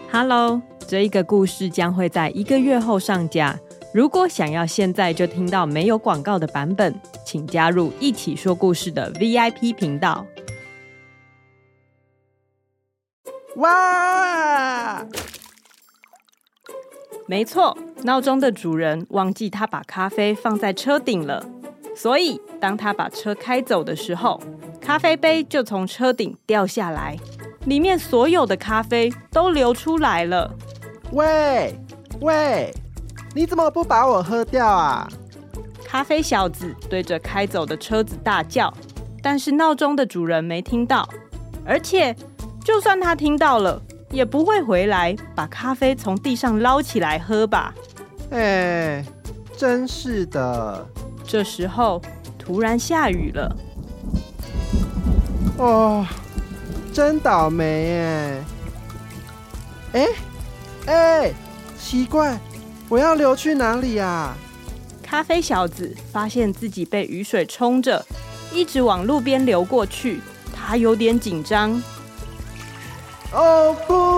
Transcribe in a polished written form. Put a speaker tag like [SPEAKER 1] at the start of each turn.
[SPEAKER 1] Hello， 这一个故事将会在1个月后上架。如果想要现在就听到没有广告的版本，请加入一起说故事的 VIP 频道。
[SPEAKER 2] 哇！
[SPEAKER 1] 没错，闹钟的主人忘记他把咖啡放在车顶了，所以当他把车开走的时候，咖啡杯就从车顶掉下来，里面所有的咖啡都流出来了。
[SPEAKER 2] 喂，你怎么不把我喝掉啊？
[SPEAKER 1] 咖啡小子对着开走的车子大叫，但是闹钟的主人没听到，而且就算他听到了，也不会回来把咖啡从地上捞起来喝吧？
[SPEAKER 2] 真是的。
[SPEAKER 1] 这时候突然下雨了。
[SPEAKER 2] 哦，真倒霉耶！奇怪，我要流去哪里啊？
[SPEAKER 1] 咖啡小子发现自己被雨水冲着，一直往路边流过去，他有点紧张。
[SPEAKER 2] 哦不！